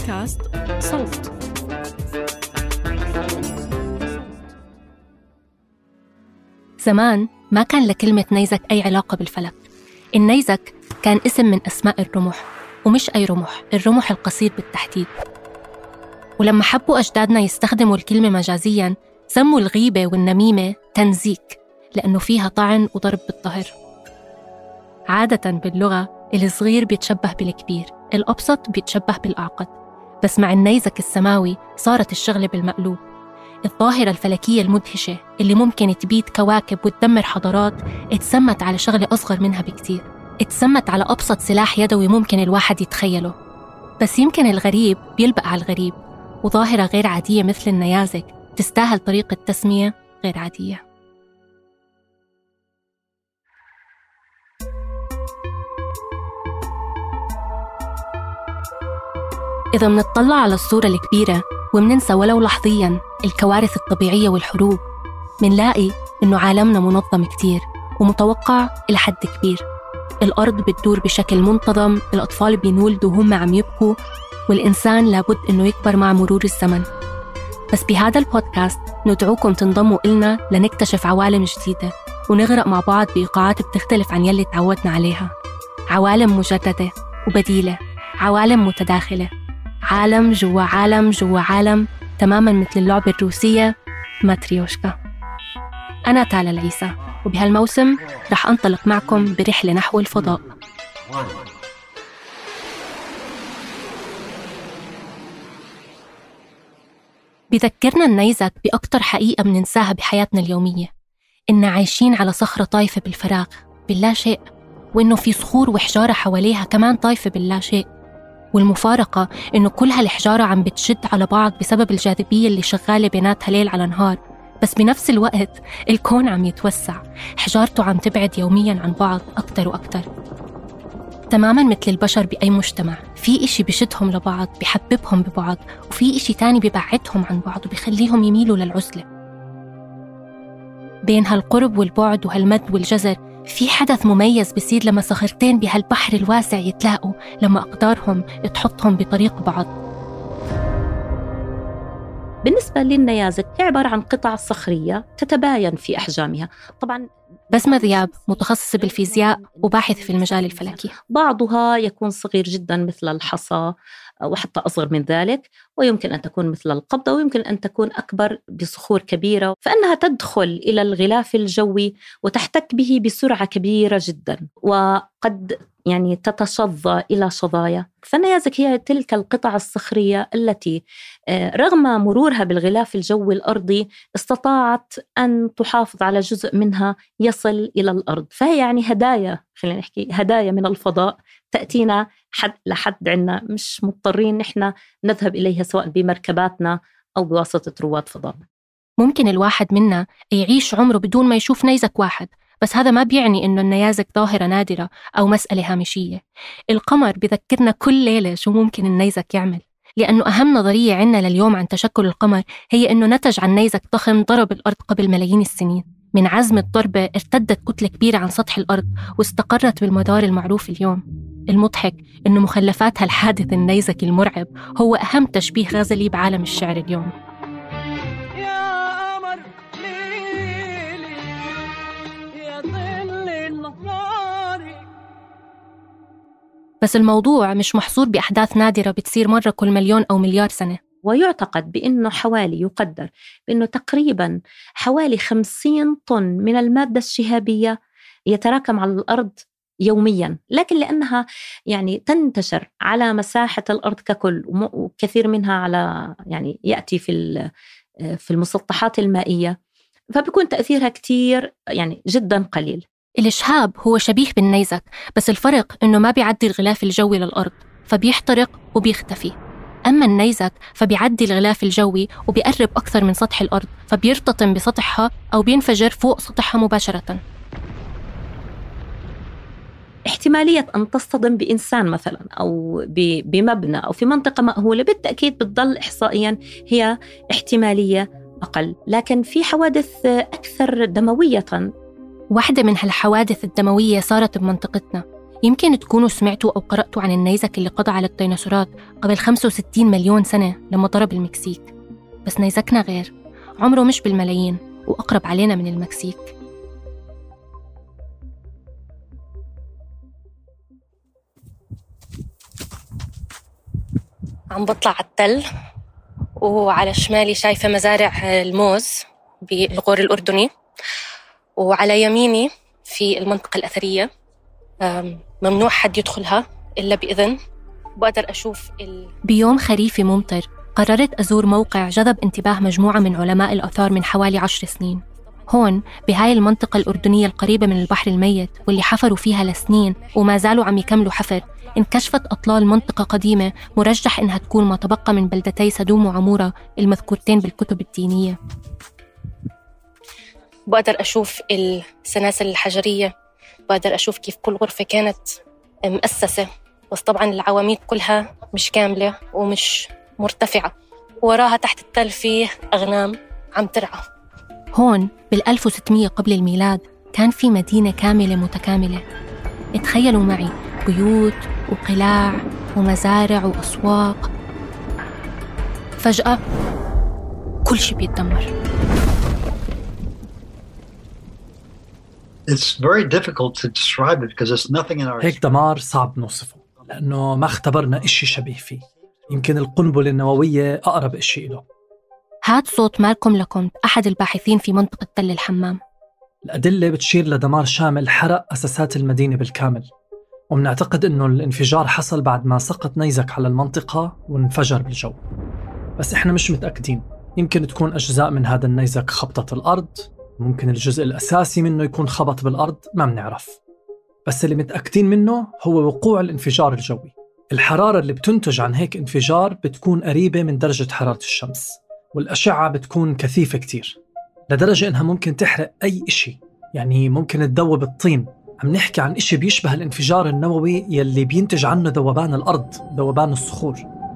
بودكاست صوت. زمان ما كان لكلمة نيزك أي علاقة بالفلك. النيزك كان اسم من أسماء الرمح، ومش أي رمح، الرمح القصير بالتحديد. ولما حبوا أجدادنا يستخدموا الكلمة مجازياً سموا الغيبة والنميمة تنزيك، لأنه فيها طعن وضرب بالظهر. عادة باللغة الصغير بيتشبه بالكبير، الأبسط بيتشبه بالأعقد، بس مع النيزك السماوي صارت الشغلة بالمقلوب. الظاهرة الفلكية المدهشة اللي ممكن تبيد كواكب وتدمر حضارات اتسمت على شغلة أصغر منها بكتير، اتسمت على أبسط سلاح يدوي ممكن الواحد يتخيله. بس يمكن الغريب بيلبق على الغريب، وظاهرة غير عادية مثل النيازك تستاهل طريقة تسمية غير عادية. إذا منطلع على الصورة الكبيرة ومننسى ولو لحظياً الكوارث الطبيعية والحروب، منلاقي إنه عالمنا منظم كتير ومتوقع إلى حد كبير. الأرض بتدور بشكل منتظم، الأطفال بينولدوا وهم عم يبكوا، والإنسان لابد إنه يكبر مع مرور الزمن. بس بهذا البودكاست ندعوكم تنضموا إلنا لنكتشف عوالم جديدة ونغرق مع بعض بإيقاعات بتختلف عن يلي تعودنا عليها. عوالم مجددة وبديلة، عوالم متداخلة، عالم جوا عالم جوا عالم، تماماً مثل اللعبة الروسية ماتريوشكا. أنا تالا العيسى، وبهالموسم رح أنطلق معكم برحلة نحو الفضاء. بذكرنا النيزك بأكتر حقيقة مننساها بحياتنا اليومية، إننا عايشين على صخرة طايفة بالفراغ باللا شيء، وإنه في صخور وحجارة حواليها كمان طايفة باللا شيء. والمفارقة إنه كل هالحجارة عم بتشد على بعض بسبب الجاذبية اللي شغالة بيناتها ليل على نهار. بس بنفس الوقت الكون عم يتوسع، حجارته عم تبعد يومياً عن بعض أكتر وأكتر. تماماً مثل البشر بأي مجتمع، في إشي بشدهم لبعض بيحببهم ببعض، وفي إشي تاني بيبعدهم عن بعض وبيخليهم يميلوا للعزلة. بين هالقرب والبعد وهالمد والجزر في حدث مميز بيصير لما صخرتين بهالبحر الواسع يتلاقوا، لما أقدارهم تحطهم بطريق بعض. بالنسبة للنيازك هي عبارة عن قطع صخرية تتباين في أحجامها. طبعاً بسمة ذياب متخصصة بالفيزياء وباحث في المجال الفلكي. بعضها يكون صغير جداً مثل الحصى وحتى أصغر من ذلك، ويمكن أن تكون مثل القبضة، ويمكن أن تكون أكبر بصخور كبيرة، فإنها تدخل إلى الغلاف الجوي وتحتك به بسرعة كبيرة جداً، وقد تتشظى إلى شظايا. فالنيازك هي تلك القطع الصخرية التي رغم مرورها بالغلاف الجوي الأرضي استطاعت أن تحافظ على جزء منها يصل إلى الأرض. فهي هدايا، خلينا نحكي هدايا من الفضاء تأتينا لحد عنا، مش مضطرين نحن نذهب إليها سواء بمركباتنا أو بواسطة رواد فضاء. ممكن الواحد منا يعيش عمره بدون ما يشوف نيزك واحد، بس هذا ما بيعني إنه النيازك ظاهرة نادرة أو مسألة هامشية. القمر بذكرنا كل ليلة شو ممكن النيزك يعمل، لأنه أهم نظرية عنا لليوم عن تشكل القمر هي إنه نتج عن نيزك ضخم ضرب الأرض قبل ملايين السنين. من عزم الضربة ارتدت كتلة كبيرة عن سطح الأرض واستقرت بالمدار المعروف اليوم. المضحك إنه مخلفات هالحادث النيزك المرعب هو أهم تشبيه غزلي بعالم الشعر اليوم. بس الموضوع مش محصور بأحداث نادرة بتصير مرة كل 1,000,000 أو مليار سنة. ويعتقد بأنه يقدر بأنه تقريباً حوالي 50 طن من المادة الشهابية يتراكم على الأرض يومياً، لكن لأنها تنتشر على مساحة الأرض ككل، وكثير منها على يأتي في المسطحات المائية، فبيكون تأثيرها كتير جداً قليل. الإشهاب هو شبيه بالنيزك، بس الفرق إنه ما بيعدي الغلاف الجوي للأرض فبيحترق وبيختفي. أما النيزك فبيعدي الغلاف الجوي وبيقرب أكثر من سطح الأرض، فبيرتطم بسطحها أو بينفجر فوق سطحها مباشرة. احتمالية أن تصطدم بإنسان مثلا أو بمبنى أو في منطقة مأهولة بالتأكيد بتضل إحصائيا هي احتمالية أقل، لكن في حوادث أكثر دموية. واحدة من هالحوادث الدموية صارت بمنطقتنا. يمكن تكونوا سمعتوا أو قرأتوا عن النيزك اللي قضى على الديناصورات قبل 65 مليون سنة لما ضرب المكسيك، بس نيزكنا غير، عمره مش بالملايين وأقرب علينا من المكسيك. عم بطلع على التل، وعلى شمالي شايفة مزارع الموز بالغور الأردني، وعلى يميني في المنطقة الأثرية ممنوع حد يدخلها إلا بإذن. بقدر أشوف بيوم خريفي ممطر قررت أزور موقع جذب انتباه مجموعة من علماء الآثار من حوالي 10 سنين. هون بهاي المنطقة الأردنية القريبة من البحر الميت واللي حفروا فيها لسنين وما زالوا عم يكملوا حفر، انكشفت أطلال منطقة قديمة مرجح إنها تكون ما تبقى من بلدتي سدوم وعمورة المذكورتين بالكتب الدينية. بقدر أشوف السلاسل الحجرية، بقدر أشوف كيف كل غرفة كانت مؤسسة، بس طبعاً العواميد كلها مش كاملة ومش مرتفعة، وراها تحت التل فيه أغنام عم ترعى. هون بال1600 قبل الميلاد كان في مدينة كاملة متكاملة. اتخيلوا معي بيوت وقلاع ومزارع وأسواق. فجأة كل شيء بيتدمر. It's very difficult to describe it because there's nothing in our... هيك دمار صعب نوصفه لأنه ما اختبرنا إشي شبيه فيه. يمكن القنبلة النووية أقرب إشي له. هاد صوت مالكوم لكومت، أحد الباحثين في منطقة تل الحمام. الأدلة بتشير لدمار شامل حرق أساسات المدينة بالكامل، ومنعتقد إنه الانفجار حصل بعد ما سقط نيزك على المنطقة وانفجر بالجو. بس إحنا مش متأكدين، يمكن تكون أجزاء من هذا النيزك خبطت الأرض، ممكن الجزء الأساسي منه يكون خبط بالأرض، ما بنعرف. بس اللي متأكدين منه هو وقوع الانفجار الجوي. الحرارة اللي بتنتج عن هيك انفجار بتكون قريبة من درجة حرارة الشمس، والأشعة بتكون كثيفة كتير لدرجة إنها ممكن تحرق أي إشي، يعني ممكن تذوب الطين. عم نحكي عن إشي بيشبه الانفجار النووي يلي بينتج عنه ذوبان الأرض، ذوبان الصخور.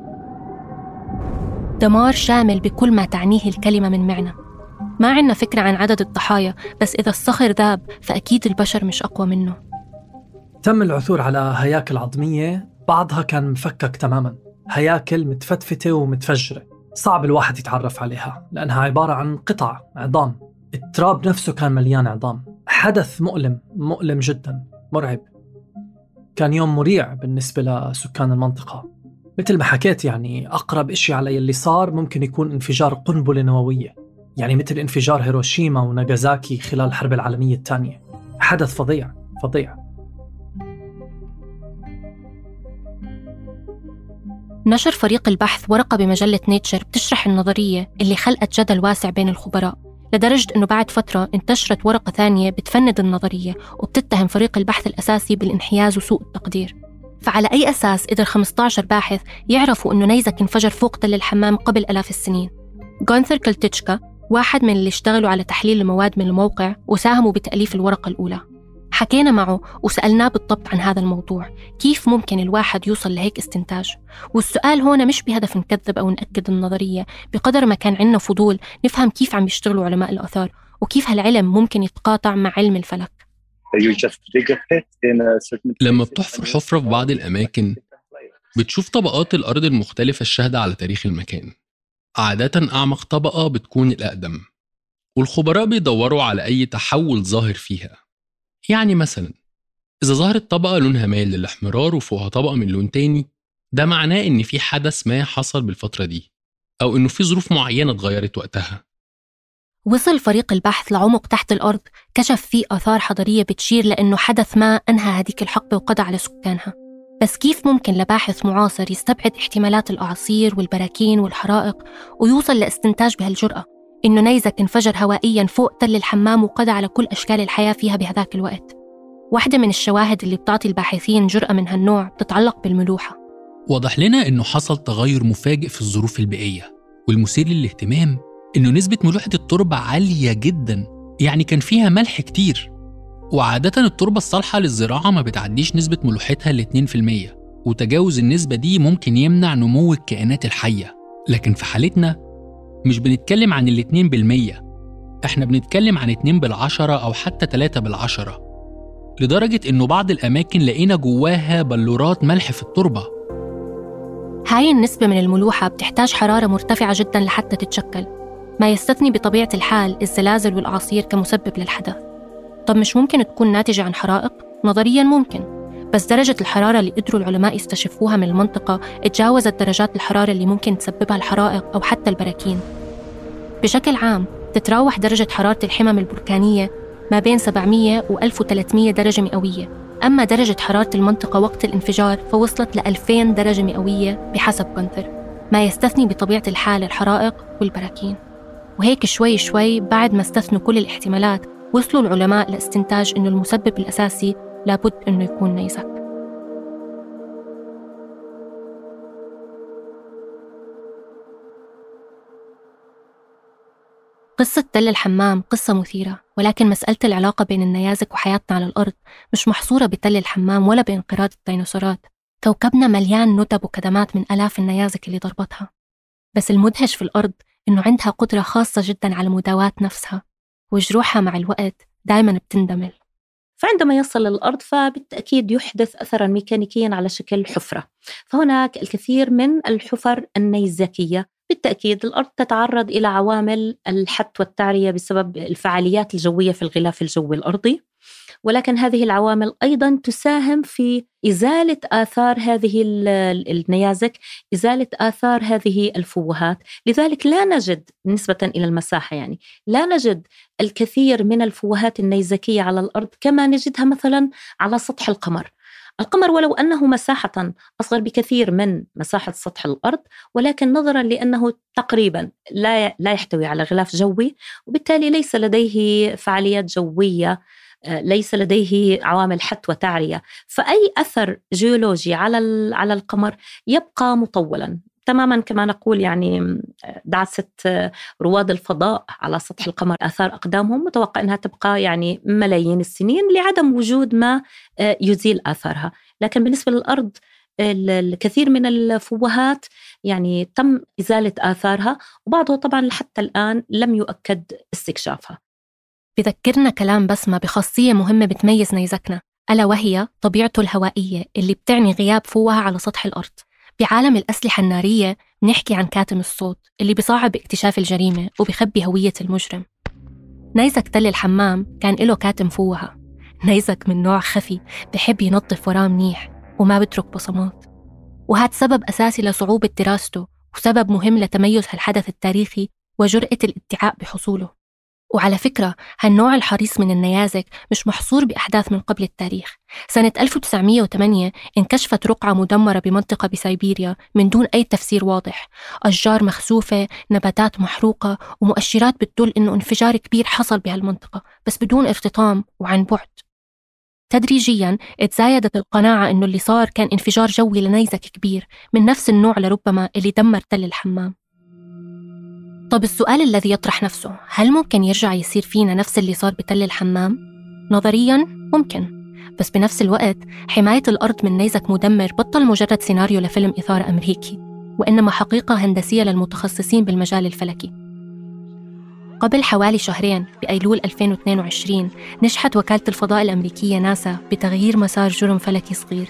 دمار شامل بكل ما تعنيه الكلمة من معنى. ما عنا فكرة عن عدد الضحايا، بس إذا الصخر ذاب فأكيد البشر مش أقوى منه. تم العثور على هياكل عظمية، بعضها كان مفكك تماماً، هياكل متفتفتة ومتفجرة، صعب الواحد يتعرف عليها لأنها عبارة عن قطع عظام. التراب نفسه كان مليان عظام. حدث مؤلم جداً، مرعب. كان يوم مريع بالنسبة لسكان المنطقة. مثل ما حكيت، يعني أقرب إشي على يلي صار ممكن يكون انفجار قنبلة نووية، يعني مثل انفجار هيروشيما وناغازاكي خلال الحرب العالمية الثانية. حدث فظيع. نشر فريق البحث ورقة بمجلة نيتشر بتشرح النظرية اللي خلقت جدل واسع بين الخبراء، لدرجة أنه بعد فترة انتشرت ورقة ثانية بتفند النظرية وبتتهم فريق البحث الأساسي بالانحياز وسوء التقدير. فعلى أي أساس قدر 15 باحث يعرفوا أنه نيزك انفجر فوق تل الحمام قبل آلاف السنين؟ غونثر كلتشكا، واحد من اللي اشتغلوا على تحليل المواد من الموقع وساهموا بتأليف الورقة الأولى، حكينا معه وسألناه بالضبط عن هذا الموضوع، كيف ممكن الواحد يوصل لهيك استنتاج؟ والسؤال هنا مش بهدف نكذب أو نأكد النظرية، بقدر ما كان عنا فضول نفهم كيف عم يشتغلوا علماء الآثار وكيف هالعلم ممكن يتقاطع مع علم الفلك. لما بتحفر حفرة في بعض الأماكن بتشوف طبقات الأرض المختلفة الشاهدة على تاريخ المكان. عادة أعمق طبقة بتكون الأقدم، والخبراء بيدوروا على أي تحول ظاهر فيها. يعني مثلا إذا ظهرت طبقة لونها مايل للإحمرار وفوقها طبقة من لون تاني، ده معناه إن في حدث ما حصل بالفترة دي، أو إنه في ظروف معينة اتغيرت وقتها. وصل فريق البحث لعمق تحت الأرض، كشف فيه آثار حضارية بتشير لأنه حدث ما أنهى هذيك الحقبة وقضى على سكانها. بس كيف ممكن لباحث معاصر يستبعد احتمالات الأعاصير والبراكين والحرائق ويوصل لاستنتاج بهالجرأة إنه نيزك انفجر هوائياً فوق تل الحمام وقضى على كل أشكال الحياة فيها بهذاك الوقت؟ واحدة من الشواهد اللي بتعطي الباحثين جرأة من هالنوع بتتعلق بالملوحة. واضح لنا إنه حصل تغير مفاجئ في الظروف البيئية، والمثير للاهتمام إنه نسبة ملوحة التربة عالية جداً، يعني كان فيها ملح كتير. وعادة التربة الصالحة للزراعة ما بتعديش نسبة ملوحتها ل 2%، وتجاوز النسبة دي ممكن يمنع نمو الكائنات الحية. لكن في حالتنا مش بنتكلم عن 2%، احنا بنتكلم عن 2/10 أو حتى 3/10. لدرجة إنه بعض الأماكن لقينا جواها بلورات ملح في التربة. هاي النسبة من الملوحة بتحتاج حرارة مرتفعة جداً لحتى تتشكل، ما يستثني بطبيعة الحال الزلازل والأعاصير كمسبب للحدث. طب مش ممكن تكون ناتجة عن حرائق؟ نظرياً ممكن، بس درجة الحرارة اللي قدروا العلماء يستشفوها من المنطقة اتجاوزت درجات الحرارة اللي ممكن تسببها الحرائق أو حتى البراكين. بشكل عام تتراوح درجة حرارة الحمم البركانية ما بين 700 و 1300 درجة مئوية، أما درجة حرارة المنطقة وقت الانفجار فوصلت ل 2000 درجة مئوية بحسب جونتر، ما يستثني بطبيعة الحال الحرائق والبراكين. وهيك شوي شوي بعد ما استثنوا كل الاحتمالات وصلوا العلماء لاستنتاج إنه المسبب الأساسي لابد إنه يكون نيزك. قصة تل الحمام قصة مثيرة، ولكن مسألة العلاقة بين النيازك وحياتنا على الأرض مش محصورة بتل الحمام ولا بانقراض الديناصورات. كوكبنا مليان ندب وكدمات من آلاف النيازك اللي ضربتها، بس المدهش في الأرض إنه عندها قدرة خاصة جداً على مداواة نفسها، وجروحها مع الوقت دايماً بتندمل. فعندما يصل للأرض فبالتأكيد يحدث أثراً ميكانيكياً على شكل حفرة، فهناك الكثير من الحفر النيزكية. بالتأكيد الأرض تتعرض إلى عوامل الحت والتعرية بسبب الفعاليات الجوية في الغلاف الجوي الأرضي، ولكن هذه العوامل أيضاً تساهم في إزالة آثار هذه النيازك، إزالة آثار هذه الفوهات. لذلك لا نجد نسبة إلى المساحة، يعني لا نجد الكثير من الفوهات النيزكية على الأرض كما نجدها مثلاً على سطح القمر. القمر ولو أنه مساحة أصغر بكثير من مساحة سطح الأرض، ولكن نظراً لأنه تقريباً لا يحتوي على غلاف جوي، وبالتالي ليس لديه فعاليات جوية، ليس لديه عوامل حت وتعرية، فأي أثر جيولوجي على القمر يبقى مطولاً تماماً. كما نقول يعني دعسة رواد الفضاء على سطح القمر آثار أقدامهم متوقع أنها تبقى يعني ملايين السنين لعدم وجود ما يزيل آثارها. لكن بالنسبة للأرض الكثير من الفوهات يعني تم إزالة آثارها، وبعضها طبعاً حتى الآن لم يؤكد استكشافها. بذكرنا كلام بسمة بخاصية مهمة بتميز نيزكنا، ألا وهي طبيعته الهوائية اللي بتعني غياب فوهة على سطح الأرض. بعالم الأسلحة النارية بنحكي عن كاتم الصوت اللي بيصعب اكتشاف الجريمة وبيخبي هوية المجرم. نيزك تل الحمام كان له كاتم فوهة. نيزك من نوع خفي بحب ينظف وراه منيح وما بترك بصمات، وهذا سبب أساسي لصعوبة دراسته وسبب مهم لتميز هالحدث التاريخي وجرأة الادعاء بحصوله. وعلى فكرة هالنوع الحريص من النيازك مش محصور بأحداث من قبل التاريخ. سنة 1908 انكشفت رقعة مدمرة بمنطقة بسيبيريا من دون أي تفسير واضح، أشجار مخسوفة، نباتات محروقة، ومؤشرات بتدل إنه انفجار كبير حصل بهالمنطقة بس بدون ارتطام وعن بعد. تدريجياً اتزايدت القناعة إنه اللي صار كان انفجار جوي لنيزك كبير من نفس النوع لربما اللي دمر تل الحمام. طب السؤال الذي يطرح نفسه، هل ممكن يرجع يصير فينا نفس اللي صار بتل الحمام؟ نظرياً ممكن، بس بنفس الوقت حماية الأرض من نيزك مدمر بطل مجرد سيناريو لفيلم إثارة أمريكي، وإنما حقيقة هندسية للمتخصصين بالمجال الفلكي. قبل حوالي شهرين بأيلول 2022 نجحت وكالة الفضاء الأمريكية ناسا بتغيير مسار جرم فلكي صغير.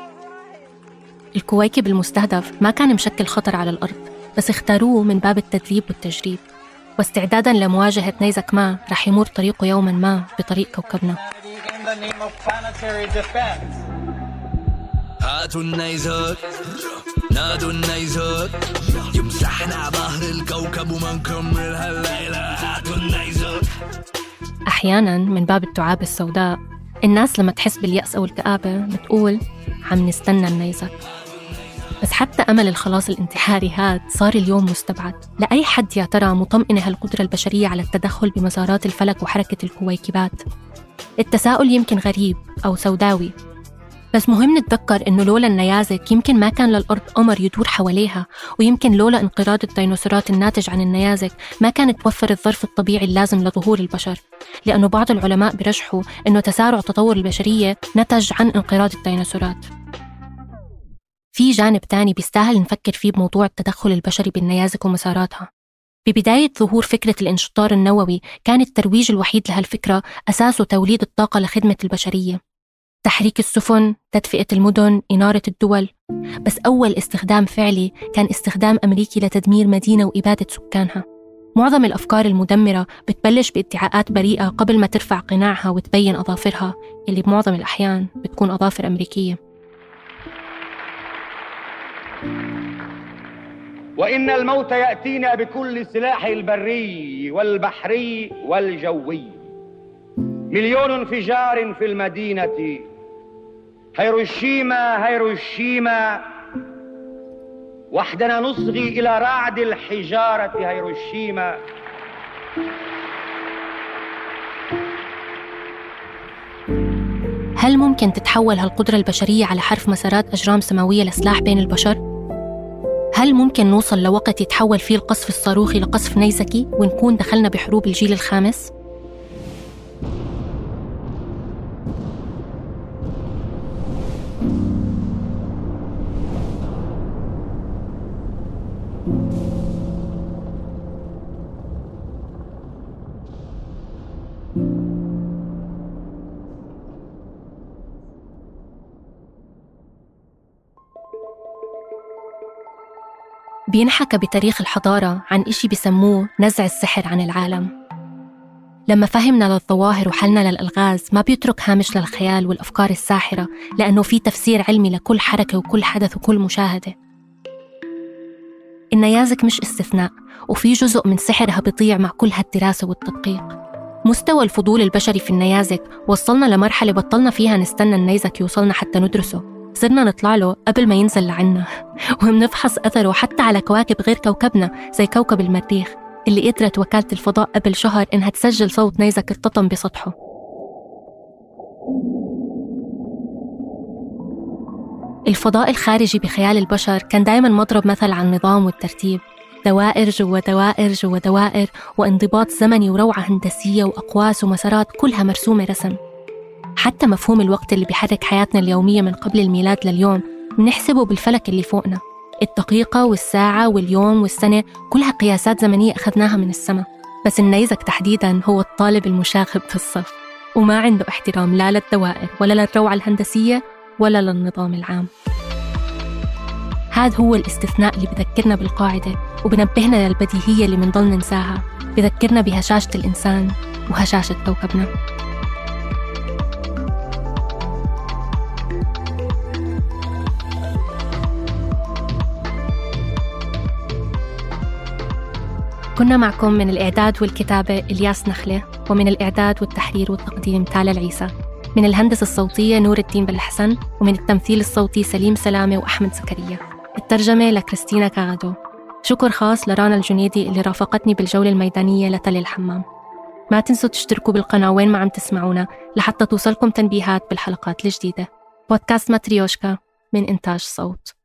الكويكب المستهدف ما كان مشكل خطر على الأرض، بس اختاروه من باب التدريب والتجريب، واستعداداً لمواجهة نيزك ما رح يمر طريقه يوماً ما بطريق كوكبنا. هاتوا النيزك نادوا النيزك يمسحنا ظهر الكوكب وما نكمل هالليلة. هاتوا النيزك. أحياناً من باب التعاب السوداء الناس لما تحس باليأس أو الكآبة بتقول عم نستنى النيزك. بس حتى أمل الخلاص الانتحاري هاد صار اليوم مستبعد. لأي حد يا ترى مطمئنة هالقدرة البشرية على التدخل بمسارات الفلك وحركة الكويكبات؟ التساؤل يمكن غريب أو سوداوي، بس مهم نتذكر إنه لولا النيازك يمكن ما كان للأرض قمر يدور حواليها، ويمكن لولا انقراض الديناصورات الناتج عن النيازك ما كانت توفر الظرف الطبيعي اللازم لظهور البشر، لأنه بعض العلماء برجحوا إنه تسارع تطور البشرية نتج عن انقراض الديناصورات. في جانب تاني بيستاهل نفكر فيه بموضوع التدخل البشري بالنيازك ومساراتها. ببداية ظهور فكرة الانشطار النووي كان الترويج الوحيد لهالفكرة أساسه توليد الطاقة لخدمة البشرية، تحريك السفن، تدفئة المدن، إنارة الدول. بس أول استخدام فعلي كان استخدام أمريكي لتدمير مدينة وإبادة سكانها. معظم الأفكار المدمرة بتبلش بادعاءات بريئة قبل ما ترفع قناعها وتبين أظافرها، اللي بمعظم الأحيان بتكون أظافر أمريكية. وإن الموت يأتينا بكل سلاح البري والبحري والجوي. 1,000,000 انفجار في المدينة. هيروشيما هيروشيما، وحدنا نصغي إلى رعد الحجارة هيروشيما. هل ممكن تتحول هالقدرة البشرية على حرف مسارات أجرام سماوية لسلاح بين البشر؟ هل ممكن نوصل لوقت يتحول فيه القصف الصاروخي لقصف نيزكي ونكون دخلنا بحروب الجيل الخامس؟ بينحكى بتاريخ الحضارة عن إشي بيسموه نزع السحر عن العالم. لما فهمنا للظواهر وحلنا للألغاز ما بيترك هامش للخيال والأفكار الساحرة، لأنه في تفسير علمي لكل حركة وكل حدث وكل مشاهدة. النيازك مش استثناء، وفي جزء من سحرها بيضيع مع كل هالدراسة والتدقيق. مستوى الفضول البشري في النيازك وصلنا لمرحلة بطلنا فيها نستنى النيزك يوصلنا حتى ندرسه، صرنا نطلع له قبل ما ينزل لعنا وبنفحص أثره حتى على كواكب غير كوكبنا زي كوكب المريخ اللي قدرت وكالة الفضاء قبل شهر إنها تسجل صوت نيزك ارتطم بسطحه. الفضاء الخارجي بخيال البشر كان دايماً مضرب مثل عن النظام والترتيب، دوائر جوا دوائر جوا دوائر، وانضباط زمني وروعة هندسية وأقواس ومسارات كلها مرسومة رسم. حتى مفهوم الوقت اللي بيحرك حياتنا اليومية من قبل الميلاد لليوم بنحسبه بالفلك اللي فوقنا. الدقيقة والساعة واليوم والسنة كلها قياسات زمنية أخذناها من السماء. بس النيزك تحديداً هو الطالب المشاغب في الصف، وما عنده احترام لا للدوائر ولا للروعة الهندسية ولا للنظام العام. هذا هو الاستثناء اللي بذكرنا بالقاعدة وبنبهنا للبديهية اللي منضل ننساها، بذكرنا بهشاشة الإنسان وهشاشة كوكبنا. كنا معكم من الإعداد والكتابة إلياس نخلة، ومن الإعداد والتحرير والتقديم تالا العيسى، من الهندسة الصوتية نور الدين بالحسن، ومن التمثيل الصوتي سليم سلامة وأحمد زكريا، الترجمة لكريستينا كاغادو. شكر خاص لرانا الجنيدي اللي رافقتني بالجولة الميدانية لتل الحمام. ما تنسوا تشتركوا بالقناة وين ما عم تسمعونا لحتى توصلكم تنبيهات بالحلقات الجديدة. بودكاست ماتريوشكا من إنتاج صوت.